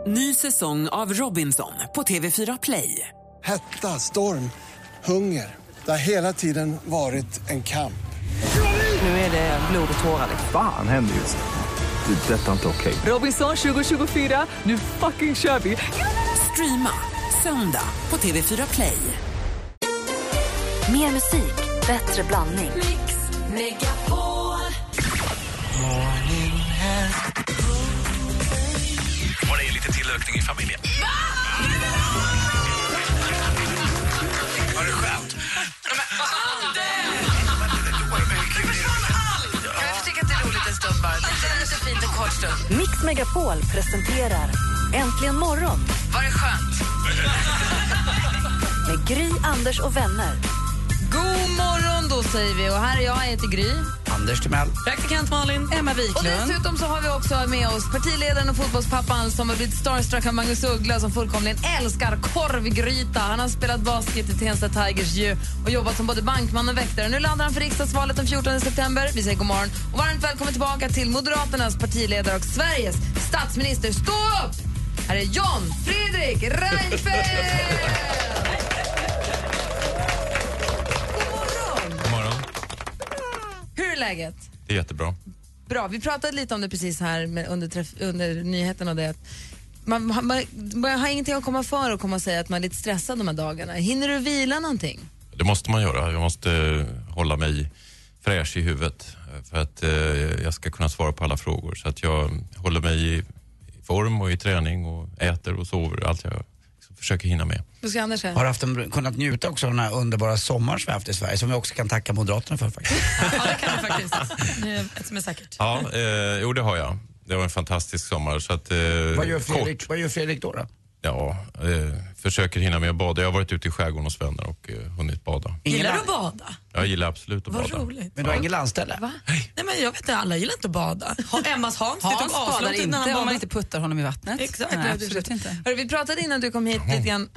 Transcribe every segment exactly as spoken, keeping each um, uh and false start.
Ny säsong av Robinson på T V fyra Play. Hetta, storm, hunger. Det har hela tiden varit en kamp. Nu är det blod och tårar. Fan händer just det. Det är detta inte okej. Robinson tjugo tjugofyra, nu fucking kör vi. Streama söndag på T V fyra Play. Mer musik, bättre blandning. Mix Megapol. Var det lite tillökning i familjen? Var det skönt? Jag tycker att det är roligt en stund bara. Det är så fint en kort stund. Mix Megapol presenterar Äntligen morgon. Var det skönt? Med Gry, Anders och vänner. God morgon då säger vi. Och här är jag, jag heter Gry. Anders Timell. Praktikant Malin. Emma Wiklund. Och dessutom så har vi också med oss partiledaren och fotbollspappan som har blivit starstruck av Magnus Uggla som fullkomligen älskar korvgryta. Han har spelat basket i Tensta Tigers ju och jobbat som både bankman och väktare. Nu landar han för riksdagsvalet den fjortonde september. Vi säger god morgon. Och varmt välkommen tillbaka till Moderaternas partiledare och Sveriges statsminister. Stå upp! Här är John Fredrik Reinfeldt! Hur är läget? Det är jättebra. Bra, vi pratade lite om det precis här med, under, träff, under nyheten och det att man, man, man har ingenting att komma för och komma och säga att man är lite stressad de här dagarna. Hinner du vila någonting? Det måste man göra. Jag måste hålla mig fräsch i huvudet för att eh, jag ska kunna svara på alla frågor. Så att jag håller mig i, i form och i träning och äter och sover. Allt jag liksom försöker hinna med. Vad ska Anders säga? Har haft en, kunnat njuta också av den här underbara sommaren som vi haft i Sverige som vi också kan tacka Moderaterna för faktiskt. Ja, det kan vi faktiskt. Ett som är säkert. Ja, eh, jo det har jag. Det var en fantastisk sommar. Så att, eh, vad, gör Fredrik, vad gör Fredrik då då? Ja, eh, försöker hinna med att bada. Jag har varit ute i skärgården hos vänner och eh, hunnit bada. Gillar du att bada? Jag gillar absolut att Vad bada. roligt. Men du har ingen landställe? Va? Nej, men jag vet inte, alla gillar inte att bada. Ha, Emmas Hans, Hans det tog badar avslut inte när han om man inte puttar honom i vattnet. Exakt. Nej, absolut inte. Hörru, vi pratade innan du kom hit lite grann.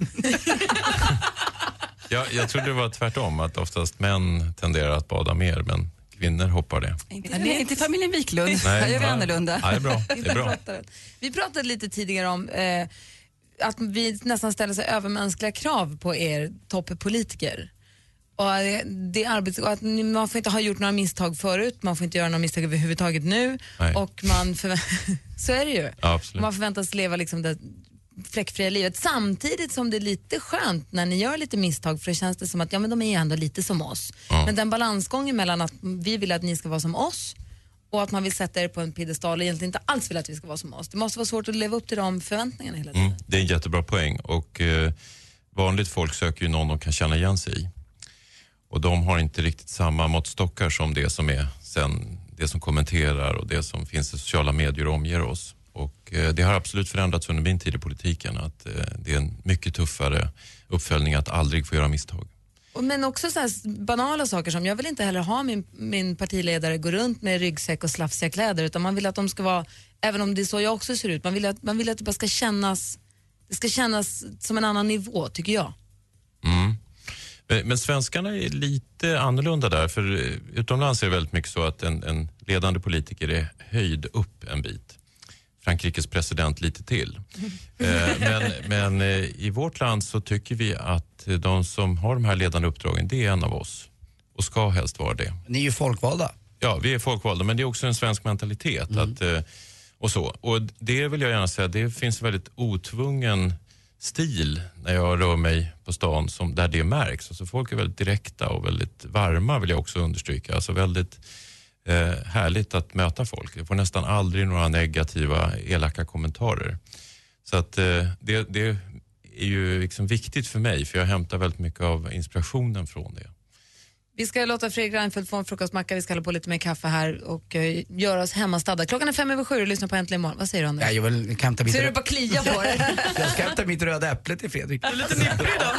jag, jag trodde det var tvärtom, att oftast män tenderar att bada mer, men kvinnor hoppar det. Inte, nej, inte familjen Wiklund. Nej, Här gör vi ja, annorlunda. Ja, det är bra. Det är bra. Vi pratade lite tidigare om eh, att vi nästan ställer sig övermänskliga krav på er topppolitiker. Och det är arbets- och att man får inte ha gjort några misstag förut, man får inte göra några misstag överhuvudtaget nu. Nej. Och man förvä- så är det ju. Ja, absolut. Man förväntas leva liksom det fläckfria livet samtidigt som det är lite skönt när ni gör lite misstag, för det känns det som att ja, men de är ju ändå lite som oss. Ja. Men den balansgången mellan att vi vill att ni ska vara som oss och att man vill sätta er på en piedestal och egentligen inte alls vill att vi ska vara som oss. Det måste vara svårt att leva upp till de förväntningarna hela tiden. Mm, det är en jättebra poäng och eh, vanligt folk söker ju någon de kan känna igen sig i. Och de har inte riktigt samma måttstockar som det som är sen, det som kommenterar och det som finns i sociala medier och omger oss. Och eh, det har absolut förändrats under min tid i politiken, att eh, det är en mycket tuffare uppföljning att aldrig få göra misstag. Men också så här banala saker som, jag vill inte heller ha min, min partiledare gå runt med ryggsäck och slafsiga kläder, utan man vill att de ska vara, även om det är så jag också ser ut, man vill att, man vill att det bara ska kännas, det ska kännas som en annan nivå, tycker jag. Mm. Men, men svenskarna är lite annorlunda där, för utomlands är det väldigt mycket så att en, en ledande politiker är höjd upp en bit. Frankrikes president lite till. eh, men men eh, i vårt land så tycker vi att de som har de här ledande uppdragen, det är en av oss. Och ska helst vara det. Ni är ju folkvalda. Ja, vi är folkvalda, men det är också en svensk mentalitet. Mm. Att, eh, och så. Och det vill jag gärna säga, det finns väldigt otvungen stil när jag rör mig på stan som, där det märks. Alltså folk är väldigt direkta och väldigt varma, vill jag också understryka. Alltså väldigt eh, härligt att möta folk. Jag får nästan aldrig några negativa, elaka kommentarer. Så att eh, det, det är ju liksom viktigt för mig, för jag hämtar väldigt mycket av inspirationen från det. Vi ska låta Fredrik Reinfeldt få en frukostmacka, vi ska hålla på lite mer kaffe här och uh, göra oss hemmastadda. Klockan är fem över sju och lyssnar på Äntligen morgon. Vad säger du, Anders? Ja, jag vill hämta mitt Ser rö- du bara klia på det? jag ska hämta mitt röda äpple till Fredrik. Du är lite nipprig idag.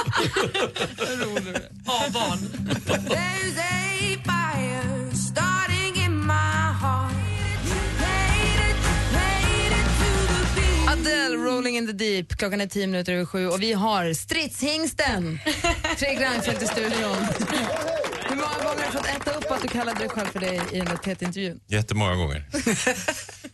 Ja, barn. Adele, Rolling in the Deep. Klockan är tio minuter över sju och vi har stridshingsten Fredrik Reinfeldt i studion. Hur många gånger har du fått äta upp att du kallade dig själv för det i en T T-intervju? Jättemånga gånger.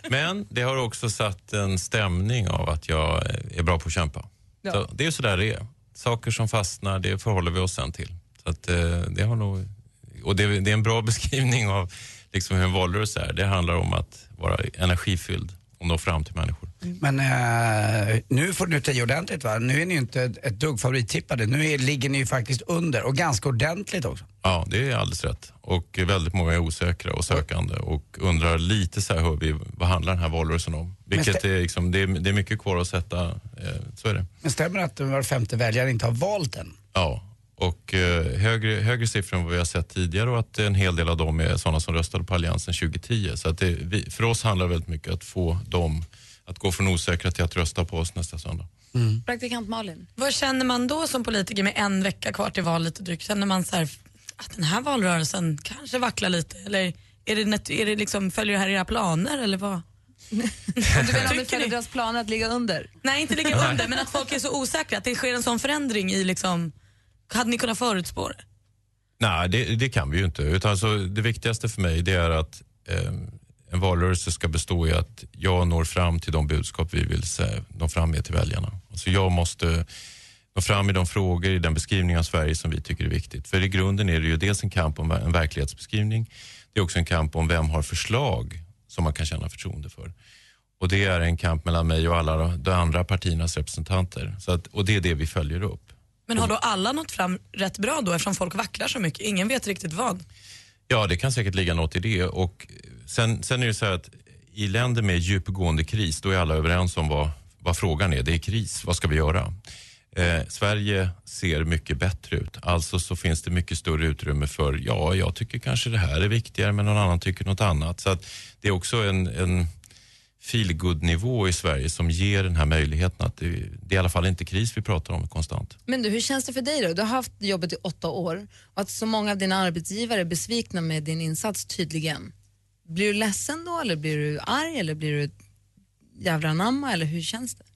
Men det har också satt en stämning av att jag är bra på att kämpa. Ja. Så det är så där det är. Saker som fastnar, det förhåller vi oss sen till. Så att, det har nog, och det, det är en bra beskrivning av liksom hur en valrörelse är. Det handlar om att vara energifylld och nå fram till människor. Men eh, nu får du ta i ordentligt, va? Nu är ni ju inte ett, ett dugg favorittippade. Nu är, ligger ni ju faktiskt under och ganska ordentligt också. Ja, det är alldeles rätt. Och väldigt många är osäkra och sökande och undrar lite så här, hör vi, vad handlar den här valrörelsen om? Vilket är, liksom, det är, det är mycket kvar att sätta, eh, så är det. Men stämmer att var femte väljare inte har valt än? Ja, och eh, högre, högre siffror än vad vi har sett tidigare och att en hel del av dem är sådana som röstade på Alliansen tjugo tio. Så att det, vi, för oss handlar det väldigt mycket att få dem att gå från osäkra till att rösta på oss nästa söndag. Mm. Praktikant Malin. Vad känner man då som politiker med en vecka kvar till valet och dryck? Känner man så här, att den här valrörelsen kanske vacklar lite? Eller är det, är det liksom, följer det här era planer eller vad? Du menar om det följer deras planer att ligga under? Nej, inte ligga under, men att folk är så osäkra. Att det sker en sån förändring i liksom, hade ni kunnat förutspå det? Nej, det, det kan vi ju inte. Utan alltså, det viktigaste för mig det är att eh, en valrörelse ska bestå i att jag når fram till de budskap vi vill se, nå fram med till väljarna. Alltså jag måste nå fram i de frågor, i den beskrivning av Sverige som vi tycker är viktigt. För i grunden är det ju dels en kamp om en verklighetsbeskrivning. Det är också en kamp om vem har förslag som man kan känna förtroende för. Och det är en kamp mellan mig och alla de andra partiernas representanter. Så att, och det är det vi följer upp. Men har då alla nått fram rätt bra då eftersom folk vacklar så mycket? Ingen vet riktigt vad. Ja, det kan säkert ligga något i det. Och sen, sen är det så här att i länder med djupgående kris, då är alla överens om vad, vad frågan är. Det är kris, vad ska vi göra? Eh, Sverige ser mycket bättre ut. Alltså så finns det mycket större utrymme för, ja, jag tycker kanske det här är viktigare men någon annan tycker något annat. Så att det är också en, en feel-good-nivå i Sverige som ger den här möjligheten att det, det är i alla fall inte kris vi pratar om konstant. Men du, hur känns det för dig då? Du har haft jobbet i åtta år och att så många av dina arbetsgivare är besvikna med din insats tydligen. Blir du ledsen då eller blir du arg eller blir du jävla namma eller hur känns det?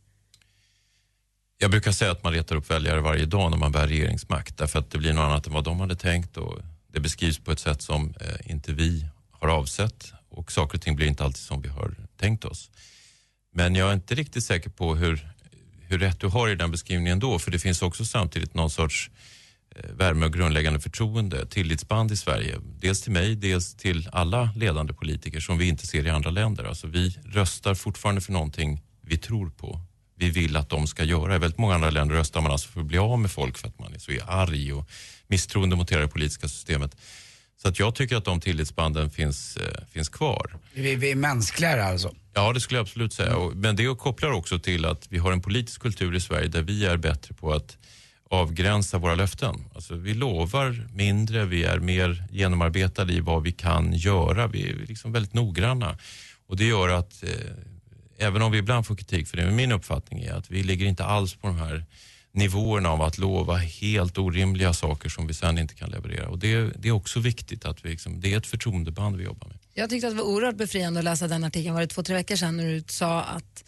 Jag brukar säga att man letar upp väljare varje dag när man bär regeringsmakt därför att det blir något annat än vad de hade tänkt och det beskrivs på ett sätt som eh, inte vi har avsett och saker och ting blir inte alltid som vi har tänkt oss. Men jag är inte riktigt säker på hur, hur rätt du har i den beskrivningen då för det finns också samtidigt någon sorts eh, värme och grundläggande förtroende, tillitsband i Sverige. Dels till mig, dels till alla ledande politiker som vi inte ser i andra länder. Alltså vi röstar fortfarande för någonting vi tror på. Vi vill att de ska göra. I väldigt många andra länder röstar man alltså för att bli av med folk för att man är så arg och misstroende mot hela det politiska systemet. Så att jag tycker att de tillitsbanden finns, eh, finns kvar. Vi, vi är mänskligare alltså? Ja, det skulle jag absolut säga. Och, men det kopplar också till att vi har en politisk kultur i Sverige där vi är bättre på att avgränsa våra löften. Alltså vi lovar mindre, vi är mer genomarbetade i vad vi kan göra. Vi är liksom väldigt noggranna. Och det gör att... Eh, Även om vi ibland får kritik för det, men min uppfattning är att vi ligger inte alls på de här nivåerna av att lova helt orimliga saker som vi sen inte kan leverera. Och det, det är också viktigt att vi liksom, det är ett förtroendeband vi jobbar med. Jag tyckte att det var oerhört befriande att läsa den artikeln. Var det två, tre veckor sedan när du sa att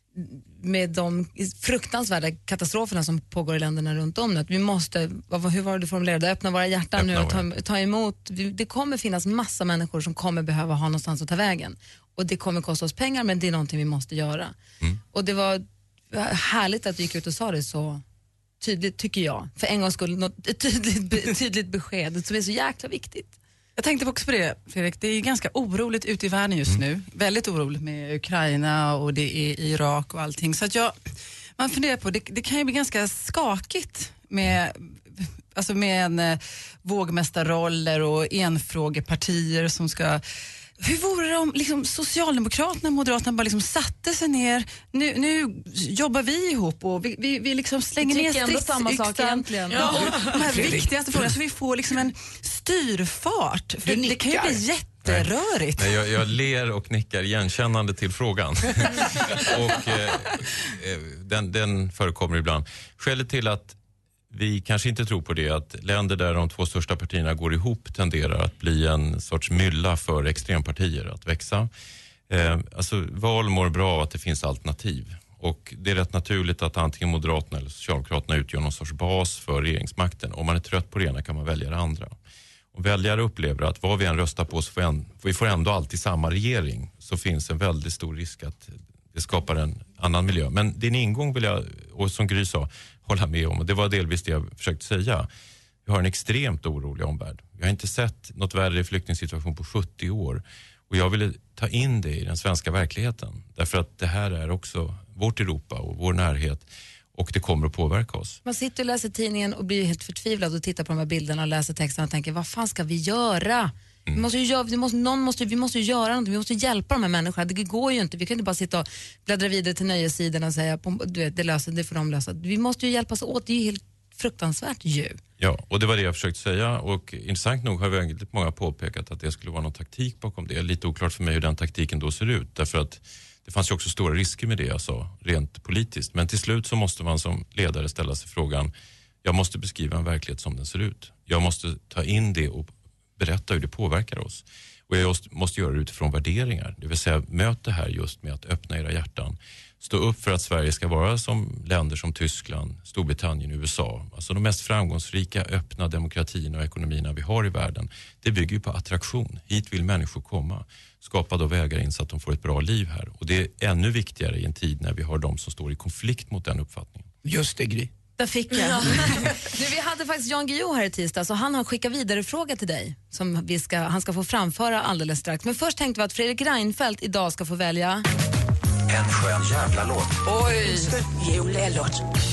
med de fruktansvärda katastroferna som pågår i länderna runt om nu, att vi måste, vad, hur var det du formulerade, öppna våra hjärtan öppna nu och ta, ta emot. Det kommer finnas massa människor som kommer behöva ha någonstans att ta vägen. Och det kommer kosta oss pengar, men det är någonting vi måste göra. Mm. Och det var härligt att du gick ut och sa det så tydligt, tycker jag. För en gång skulle något, ett tydligt, tydligt besked som är så jäkla viktigt. Jag tänkte också på det, Fredrik. Det är ganska oroligt ute i världen just mm. nu. Väldigt oroligt med Ukraina och det är Irak och allting. Så att jag, man funderar på, det, det kan ju bli ganska skakigt med, alltså med en eh, vågmästarroller och enfrågepartier som ska... Hur vore det om liksom, Socialdemokraterna och Moderaterna bara liksom satte sig ner, nu, nu jobbar vi ihop och vi, vi, vi liksom slänger ner stridsyxan. Ja, och de här viktigaste frågorna så vi får liksom en styrfart. För det kan ju bli jätterörigt. Nej, jag, jag ler och nickar igenkännande till frågan. och eh, den, den förekommer ibland. Skälet till att vi kanske inte tror på det, att länder där de två största partierna går ihop tenderar att bli en sorts mylla för extrempartier att växa. Eh, alltså val mår bra av att det finns alternativ. Och det är rätt naturligt att antingen Moderaterna eller Socialdemokraterna utgör någon sorts bas för regeringsmakten. Om man är trött på det ena kan man välja det andra. Och väljare upplever att vad vi än röstar på så får, en, vi får ändå alltid samma regering, så finns en väldigt stor risk att det skapar en annan miljö. Men din ingång vill jag, och som Gry sa, hålla med om. Och det var delvis det jag försökte säga. Vi har en extremt orolig omvärld. Vi har inte sett något värre i flyktingsituation på sjuttio år. Och jag ville ta in det i den svenska verkligheten. Därför att det här är också vårt Europa och vår närhet. Och det kommer att påverka oss. Man sitter och läser tidningen och blir helt förtvivlad och tittar på de här bilderna och läser texten och tänker, vad fan ska vi göra? Mm. Vi måste ju göra, vi måste, någon måste, vi måste ju göra någonting, vi måste hjälpa de här människorna. Det går ju inte, vi kan inte bara sitta och bläddra vidare till nöjesidorna och säga, du vet, det löser, det får de lösa. Vi måste ju hjälpas åt, det är ju helt fruktansvärt ju. Ja, och det var det jag försökte säga, och intressant nog har väldigt många påpekat att det skulle vara någon taktik bakom det. Lite oklart för mig hur den taktiken då ser ut, därför att det fanns ju också stora risker med det jag sa, rent politiskt. Men till slut så måste man som ledare ställa sig frågan, jag måste beskriva en verklighet som den ser ut. Jag måste ta in det och berätta hur det påverkar oss. Och jag måste göra det utifrån värderingar. Det vill säga, möt det här just med att öppna era hjärtan. Stå upp för att Sverige ska vara som länder som Tyskland, Storbritannien, U S A. Alltså de mest framgångsrika, öppna demokratierna och ekonomierna vi har i världen. Det bygger ju på attraktion. Hit vill människor komma. Skapa då vägar in så att de får ett bra liv här. Och det är ännu viktigare i en tid när vi har de som står i konflikt mot den uppfattningen. Just det, Gry. Där fick jag. Du, vi hade faktiskt Jan Guillou här i tisdag, så han har skickat vidare fråga till dig som vi ska, han ska få framföra alldeles strax. Men först tänkte vi att Fredrik Reinfeldt idag ska få välja en skön jävla låt. Oj! Julelåt.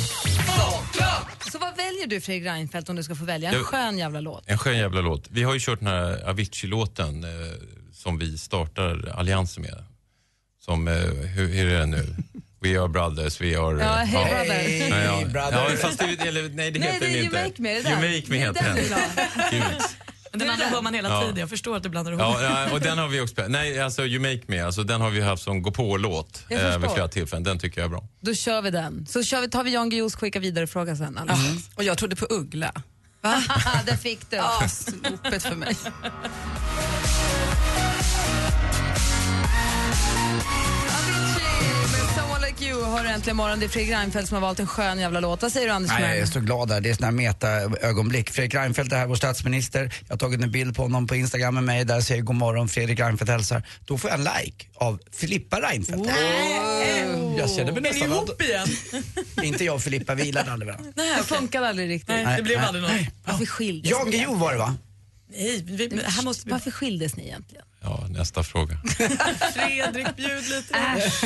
Så vad väljer du, Fredrik Reinfeldt, om du ska få välja en skön jävla låt? En skön jävla låt. Vi har ju kört den här Avicii-låten eh, som vi startar alliansen med. Som, eh, hur, hur är det nu? We are brothers, we are... Ja, hey ja. Brothers. Ja, ja. Brothers. Ja, fast det, eller, nej, det nej, heter det den är inte. You Make Me, det där. You Make Me heter den. Gud. Den andra hör man hela Ja. tiden, jag förstår att du blandar ihop. Ja, ja, och den har vi också... Nej, alltså You Make Me, alltså, den har vi haft som gå på-låt eh, vid flera tillfällen. Den tycker jag är bra. Då kör vi den. Så kör vi, tar vi Jan Guillous skicka vidare fråga sen. Mm. Och jag trodde på Uggla. Va? Det fick du. Ja, snopet för mig. Someone Like You har du äntligen morgon. Det är Fredrik Reinfeldt som har valt en skön jävla låt. Vad säger du, Anders? Nej, jag är så glad där. Det är sådana här meta-ögonblick. Fredrik Reinfeldt är här, vår statsminister. Jag har tagit en bild på honom på Instagram med mig. Där säger god morgon, Fredrik Reinfeldt hälsar. Då får jag en like av Filippa Reinfeldt. Oh. Jag känner mig nästan... Är ni ihop igen? Inte jag och Filippa, vi gillade aldrig varandra. Nej, det funkade aldrig riktigt. Nej, det blev aldrig något. Varför skildes Jan ni? Guillou var det, va? Nej, vi, det här måste vi... Varför skildes ni egentligen? Ja, nästa fråga. Fredrik, bjud lite.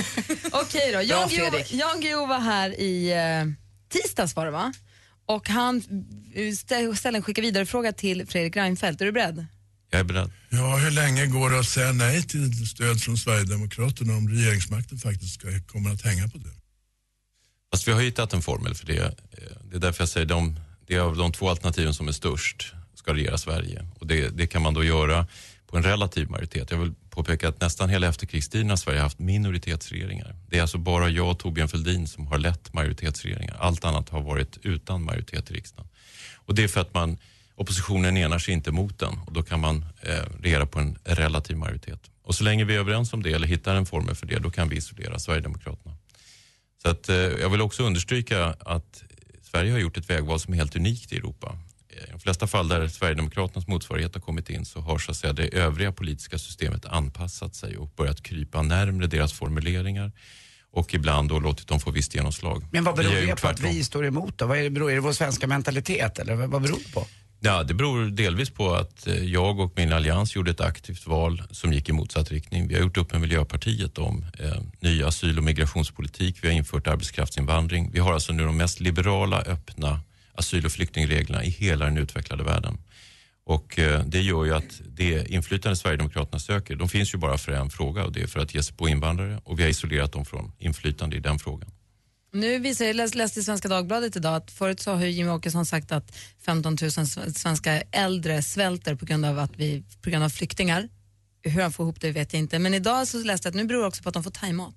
Okej då, Jan Guillou, Jan Guillou var här i eh, tisdags var det, va? Och han ställde en skicka vidare fråga till Fredrik Reinfeldt. Är du beredd? Jag är beredd. Ja, hur länge går det att säga nej till stöd från Sverigedemokraterna om regeringsmakten faktiskt ska, kommer att hänga på det? Fast vi har hittat en formel för det. Det är därför jag säger de, det är av de två alternativen som är störst ska regera Sverige. Och det, det kan man då göra på en relativ majoritet. Jag vill påpeka att nästan hela efterkrigstiden har Sverige haft minoritetsregeringar. Det är alltså bara jag och Torbjörn Fälldin som har lett majoritetsregeringar. Allt annat har varit utan majoritet i riksdagen. Och det är för att man, oppositionen enar sig inte mot den. Och då kan man eh, regera på en relativ majoritet. Och så länge vi är överens om det eller hittar en formel för det, då kan vi isolera Sverigedemokraterna. Så att, eh, jag vill också understryka att Sverige har gjort ett vägval som är helt unikt i Europa. I de flesta fall där Sverigedemokraternas motsvarighet har kommit in så har så att säga, det övriga politiska systemet anpassat sig och börjat krypa närmare deras formuleringar och ibland då låtit dem få visst genomslag. Men vad beror det det på att vi står emot då? Vad är det, beror, är det vår svenska mentalitet eller vad beror det på? Ja, det beror delvis på att jag och min allians gjorde ett aktivt val som gick i motsatt riktning. Vi har gjort upp med Miljöpartiet om eh, ny asyl- och migrationspolitik. Vi har infört arbetskraftsinvandring. Vi har alltså nu de mest liberala, öppna asyl- och flyktingreglerna i hela den utvecklade världen. Och eh, det gör ju att det inflytande Sverigedemokraterna söker, de finns ju bara för en fråga och det är för att ge sig på invandrare och vi har isolerat dem från inflytande i den frågan. Nu visar jag, läste läst i Svenska Dagbladet idag att förut så har Jimmie Åkesson sagt att femton tusen svenska äldre svälter på grund av att vi, på grund av flyktingar. Hur han får ihop det vet jag inte. Men idag så läste jag att nu beror det också på att de får thaimat.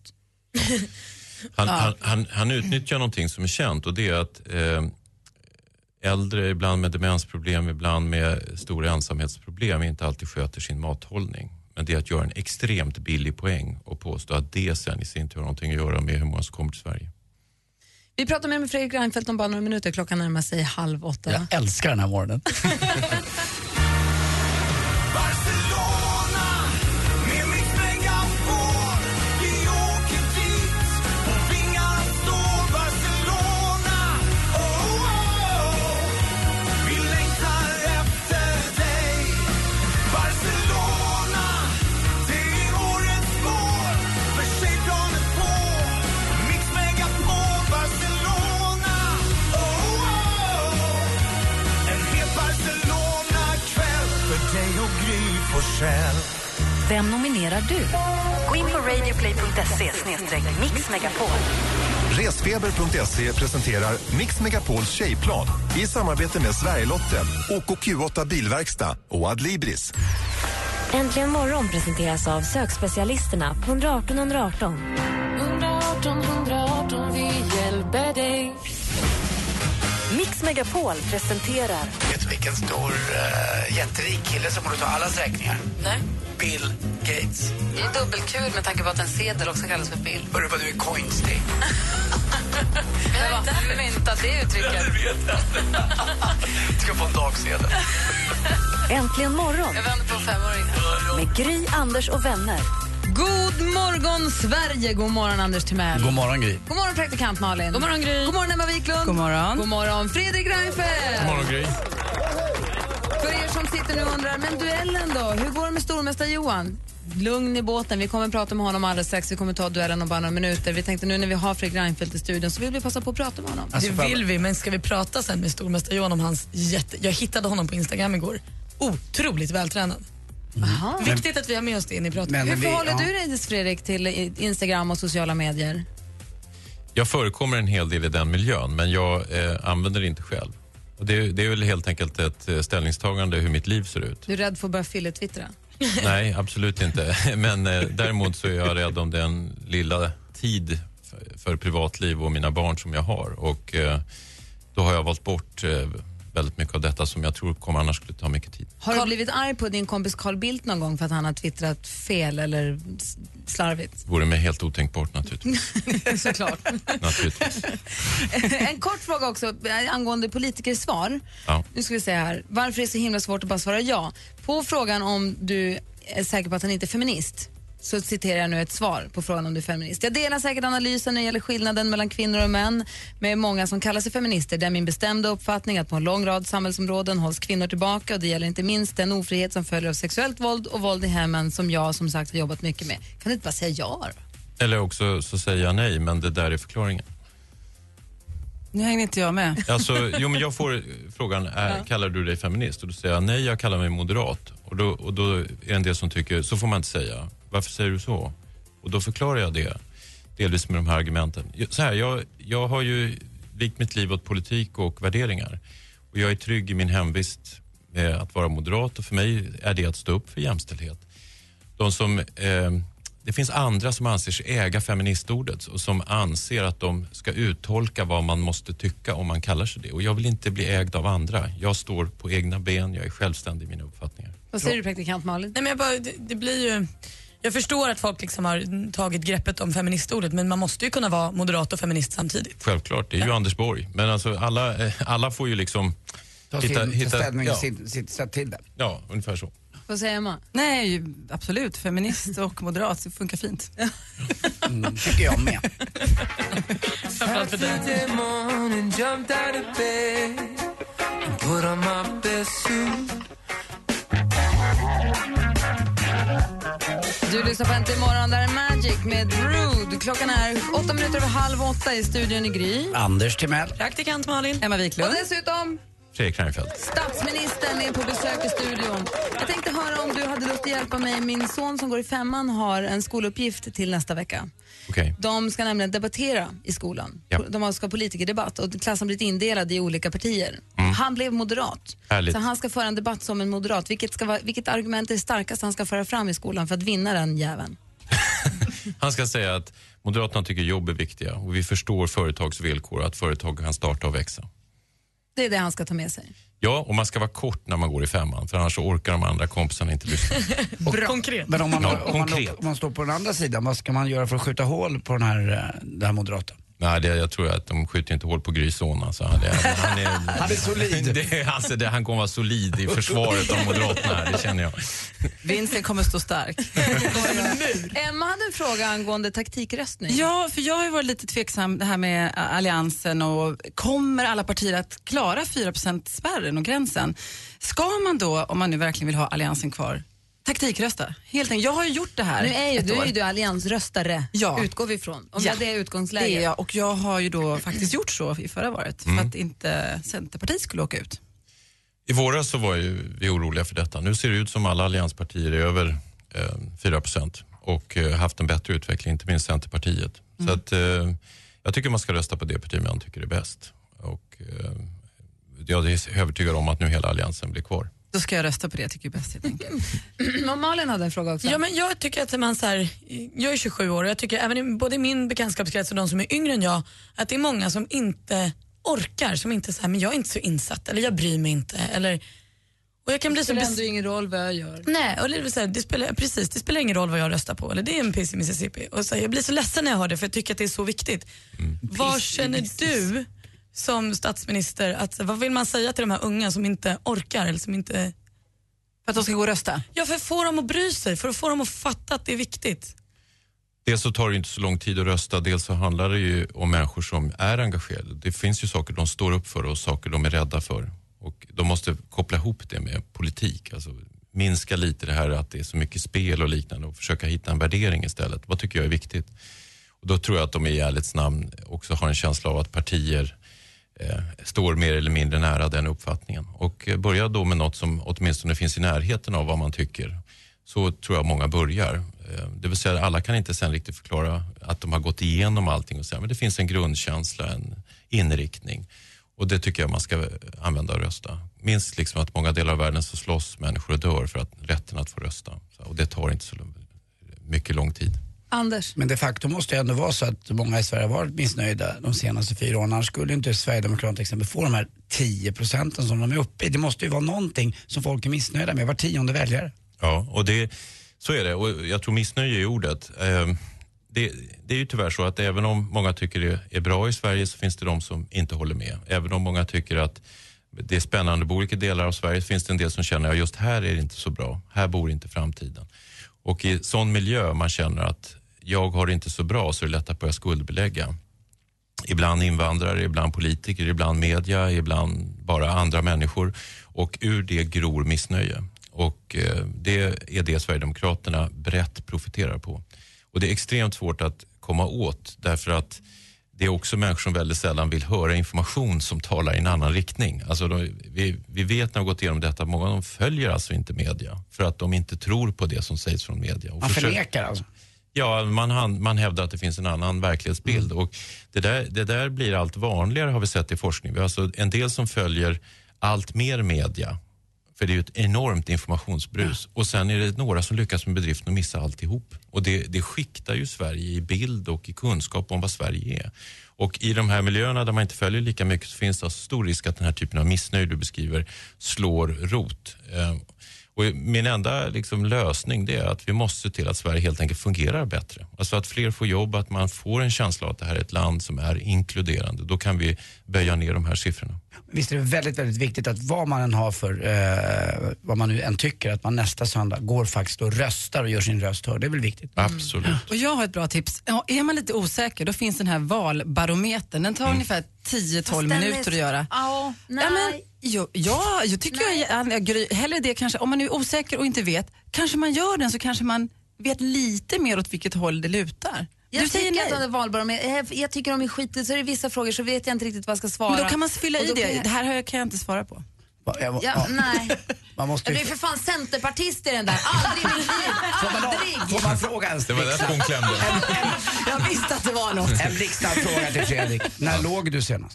Han, ja. han, han, han utnyttjar någonting som är känt och det är att eh, äldre ibland med demensproblem, ibland med stora ensamhetsproblem inte alltid sköter sin mathållning. Men det är att göra en extremt billig poäng och påstå att det sen i sin tur har någonting att göra med hur många som kommer till Sverige. Vi pratar med Fredrik Reinfeldt om bara några minuter. Klockan närmar sig halv åtta. Jag älskar den här morgonen. Vem nominerar du? Gå in på radioplay punkt se slash mixmegapol. Resfeber punkt se presenterar Mix Megapols tjejplan i samarbete med Sverigelotten, O K Q åtta Bilverkstad och Adlibris. Äntligen morgon presenteras av sökspecialisterna på ett ett ett ett ett. ett ett ett ett, vi hjälper dig. Mix Megapol presenterar... Vet du vilken stor, uh, jätterik kille som borde ta allas räkningar? Nej. Bill Gates. Det är dubbelkul med tanke på att en sedel också kallas för Bill. Hörru vad du är coinstig. Jag har inte myntat det uttrycket. Ja, det vet jag. Du ska få en dagsedel. Äntligen morgon. Jag vänder på femåringen. Med Gry, Anders och vänner. God morgon Sverige, god morgon Anders Timell. God morgon Gry. God morgon praktikant Malin. God morgon Gry. God morgon Emma Wiklund. God morgon. God morgon Fredrik Reinfeldt. God morgon Gry. För er som sitter nu och undrar, men duellen då? Hur går det med stormästare Johan? Lugn i båten, vi kommer att prata med honom alldeles strax. Vi kommer ta duellen om bara några minuter. Vi tänkte nu när vi har Fredrik Reinfeldt i studion så vill vi passa på att prata med honom. Alltså, det vill vi, men ska vi prata sen med stormästare Johan om hans jätte... Jag hittade honom på Instagram igår. Otroligt vältränad. Mm. Viktigt att vi har med oss det in i pratet. Hur vi, förhåller ja. du dig, Fredrik, till Instagram och sociala medier? Jag förekommer en hel del i den miljön, men jag eh, använder det inte själv. Och det, det är väl helt enkelt ett eh, ställningstagande hur mitt liv ser ut. Du är rädd för att börja fylla-twittra? Nej, absolut inte. Men eh, däremot så är jag rädd om den lilla tid för, för privatliv och mina barn som jag har. Och eh, då har jag valt bort eh, väldigt mycket av detta som jag tror kommer annars skulle ta mycket tid. Har du blivit arg på din kompis Carl Bildt någon gång för att han har twittrat fel eller slarvigt? Vore mig helt otänkbart naturligtvis. Såklart. Naturligtvis. En kort fråga också angående politikersvar. Ja. Nu ska vi se här. Varför är det så himla svårt att bara svara ja? På frågan om du är säker på att han inte är feminist så citerar jag nu ett svar på frågan om du är feminist. Jag delar säkert analysen när det gäller skillnaden mellan kvinnor och män med många som kallar sig feminister. Det är min bestämda uppfattning att på en lång rad samhällsområden hålls kvinnor tillbaka och det gäller inte minst den ofrihet som följer av sexuellt våld och våld i hemmen som jag som sagt har jobbat mycket med. Kan du inte bara säga ja då? Eller också så säger jag nej, men det där är förklaringen. Nu hänger inte jag med. Alltså, jo, men jag får frågan, är, Ja. kallar du dig feminist? Och då säger jag nej, jag kallar mig moderat. Och då, och då är det en del som tycker, så får man inte säga. Varför säger du så? Och då förklarar jag det, delvis med de här argumenten. Så här, jag, jag har ju vikt mitt liv åt politik och värderingar. Och jag är trygg i min hemvist med att vara moderat. Och för mig är det att stå upp för jämställdhet. De som... Eh, Det finns andra som anser sig äga feministordet och som anser att de ska uttolka vad man måste tycka om man kallar sig det. Och jag vill inte bli ägd av andra. Jag står på egna ben, jag är självständig i mina uppfattningar. Vad säger du praktikant Malin? Nej, men jag bara, det, det blir ju... Jag förstår att folk liksom har tagit greppet om feministordet, men man måste ju kunna vara moderat och feminist samtidigt. Självklart, det är ju ja. Anders Borg. Men alltså alla, alla får ju liksom... Ta hitta, sin hitta, ställning, ja. sitt, sitt sätt till det. Ja, ungefär så. Vad säger Emma? Nej, absolut. Feminist och moderat, det funkar fint. Mm, tycker jag med. Framförallt för dig. Du lyssnar på Äntligen morgon, där är Magic med Rude. Klockan är åtta minuter över halv åtta i studion i Gry. Anders Timell. Praktikant Malin. Emma Och Wiklund. dessutom Fredrik Reinfeldt. statsministern är på besök i studion. Jag tänkte höra om du hade lust att hjälpa mig. Min son som går i femman har en skoluppgift till nästa vecka. Okej. De ska nämligen debattera i skolan. Ja. De ska ha politikerdebatt och klassen blivit indelad i olika partier. Mm. Han blev moderat. Härligt. Så han ska föra en debatt som en moderat. Vilket, ska vara, vilket argument är starkast han ska föra fram i skolan för att vinna den jäveln? Han ska säga att Moderaterna tycker jobb är viktiga och vi förstår företags villkor, att företag kan starta och växa. Det är det han ska ta med sig. Ja, och man ska vara kort när man går i femman, för annars så orkar de andra kompisarna inte lyssna. Bra. Konkret. Men om man, Ja, om, man, konkret. om man står på den andra sidan, vad ska man göra för att skjuta hål på den här, eh, den här moderaten? Nej, det, jag tror att de skjuter inte hål på Gryson. Alltså. Han, är, han, är, Han är solid. Det, alltså, det, han kommer vara solid i försvaret av Moderaterna här, det känner jag. Vinsten kommer stå stark. Emma hade en fråga angående taktikröstning. Ja, för jag har ju varit lite tveksam det här med alliansen och kommer alla partier att klara fyra procent-spärren och gränsen? Ska man då, om man nu verkligen vill ha alliansen kvar, taktikrösta? Helt enkelt. Jag har ju gjort det här. Nu är ju, ett du år. är ju du alliansröstare, Ja. utgår vi ifrån. Om Ja. det är utgångsläget. Det är jag, och jag har ju då faktiskt gjort så i förra valet Mm. för att inte Centerpartiet skulle åka ut. I våras så var ju vi oroliga för detta. Nu ser det ut som alla allianspartier är över, eh, fyra procent och eh, haft en bättre utveckling, inte minst Centerpartiet. Mm. Så att eh, jag tycker man ska rösta på det parti man tycker är bäst. Och eh, jag är övertygad om att nu hela alliansen blir kvar. Då ska jag rösta på det jag tycker är bäst helt enkelt. Och Malin hade en fråga också. Ja, men jag tycker att man så här, jag är tjugosju år och jag tycker även i, både i min bekantskapskrets och de som är yngre än jag, att det är många som inte orkar, som inte så här, men jag är inte så insatt eller jag bryr mig inte eller och jag kan det bli spelar så ändå ingen roll vad jag gör. Nej, och det, så här, det spelar precis, det spelar ingen roll vad jag röstar på eller det är en piss i Mississippi och så här, jag blir så ledsen när jag hör det för jag tycker att det är så viktigt. Mm. Vad känner du som statsminister att vad vill man säga till de här unga som inte orkar eller som inte för att de ska gå och rösta? Ja, för att få dem att bry sig, för att få dem att fatta att det är viktigt. Dels så tar det inte så lång tid att rösta, dels så handlar det ju om människor som är engagerade. Det finns ju saker de står upp för och saker de är rädda för. Och de måste koppla ihop det med politik, alltså minska lite det här att det är så mycket spel och liknande och försöka hitta en värdering istället. Vad tycker jag är viktigt? Och då tror jag att de i ärlighetens namn också har en känsla av att partier eh, står mer eller mindre nära den uppfattningen. Och eh, börja då med något som åtminstone finns i närheten av vad man tycker. Så tror jag många börjar. Eh, det vill säga alla kan inte sen riktigt förklara att de har gått igenom allting och säga men det finns en grundkänsla, en inriktning. Och det tycker jag man ska använda och rösta. Minst liksom att många delar av världen så slåss människor och dör för att rätten att få rösta. Och det tar inte så mycket lång tid. Anders. Men de facto måste det ändå vara så att många i Sverige har varit missnöjda de senaste fyra åren. Annars skulle inte Sverigedemokraterna till exempel få de här tio procenten som de är uppe i. Det måste ju vara någonting som folk är missnöjda med. Var tionde väljare. Ja, och det, så är det. Och jag tror missnöje är ordet. Eh, det, det är ju tyvärr så att även om många tycker det är bra i Sverige så finns det de som inte håller med. Även om många tycker att det är spännande att bo i olika delar av Sverige så finns det en del som känner att just här är det inte så bra. Här bor inte framtiden. Och i sån miljö man känner att jag har det inte så bra så är det lätt att börja skuldbelägga. Ibland invandrare, ibland politiker, ibland media, ibland bara andra människor. Och ur det gror missnöje. Och eh, det är det Sverigedemokraterna brett profiterar på. Och det är extremt svårt att komma åt därför att det är också människor som väldigt sällan vill höra information som talar i en annan riktning. Alltså de, vi, vi vet när vi har gått igenom detta att många av dem följer alltså inte media för att de inte tror på det som sägs från media. Och man försöker, förnekar alltså? Ja, man, man hävdar att det finns en annan verklighetsbild. Mm. Och det där, det där blir allt vanligare har vi sett i forskning. Vi har alltså en del som följer allt mer media. För det är ju ett enormt informationsbrus. Ja. Och sen är det några som lyckas med bedriften och missa alltihop. Och det, det skiktar ju Sverige i bild och i kunskap om vad Sverige är. Och i de här miljöerna där man inte följer lika mycket så finns det alltså stor risk att den här typen av missnöje du beskriver slår rot. Eh, och min enda liksom, lösning det är att vi måste se till att Sverige helt enkelt fungerar bättre. Alltså att fler får jobb, att man får en känsla av att det här är ett land som är inkluderande. Då kan vi böja ner de här siffrorna. Visst är det väldigt, väldigt viktigt att vad man än har för, eh, vad man nu än tycker, att man nästa söndag går faktiskt och röstar och gör sin röst hör. Det är väl viktigt? Mm. Absolut. Och jag har ett bra tips. Ja, är man lite osäker, då finns den här valbarometern. Den tar mm. ungefär tio tolv minuter att göra. Oh, nej. Ja, men, jo, ja, jag tycker nej. jag, jag, jag hellre det kanske, om man är osäker och inte vet, kanske man gör den så kanske man vet lite mer åt vilket håll det lutar. Jag, tycker att de valbarometer, jag, jag tycker de är skitigt, så är det vissa frågor så vet jag inte riktigt vad jag ska svara. Men då kan man fylla i det. Jag... Det här kan jag inte svara på. Va, jag, ja, ja. Nej. Man måste ju... Det är för fan centerpartist i den där. Aldrig i mitt liv. Aldrig. Får man fråga en Det var därför hon klämde. Jag visste att det var något. En blixtsnabb fråga till Fredrik. När låg du senast?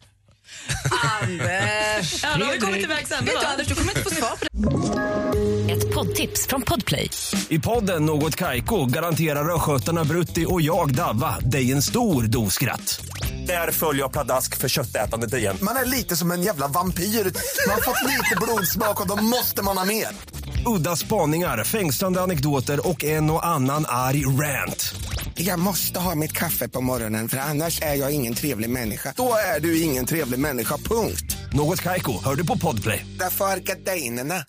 Anders. Ja, då har vi kommit till väg sen. Vet du, Anders, du kommer inte få svar på det. Ett poddtips från Podplay. I podden Något Kaiko garanterar röskötarna Brutti och jag Davva dig en stor doskratt. Där följer jag pladask för köttätandet igen. Man är lite som en jävla vampyr. Man har fått lite blodsmak och då måste man ha mer. Udda spaningar, fängslande anekdoter och en och annan arg rant. Jag måste ha mitt kaffe på morgonen för annars är jag ingen trevlig människa. Då är du ingen trevlig människa, punkt. Något Kaiko, hör du på Podplay. Därför är gardinerna.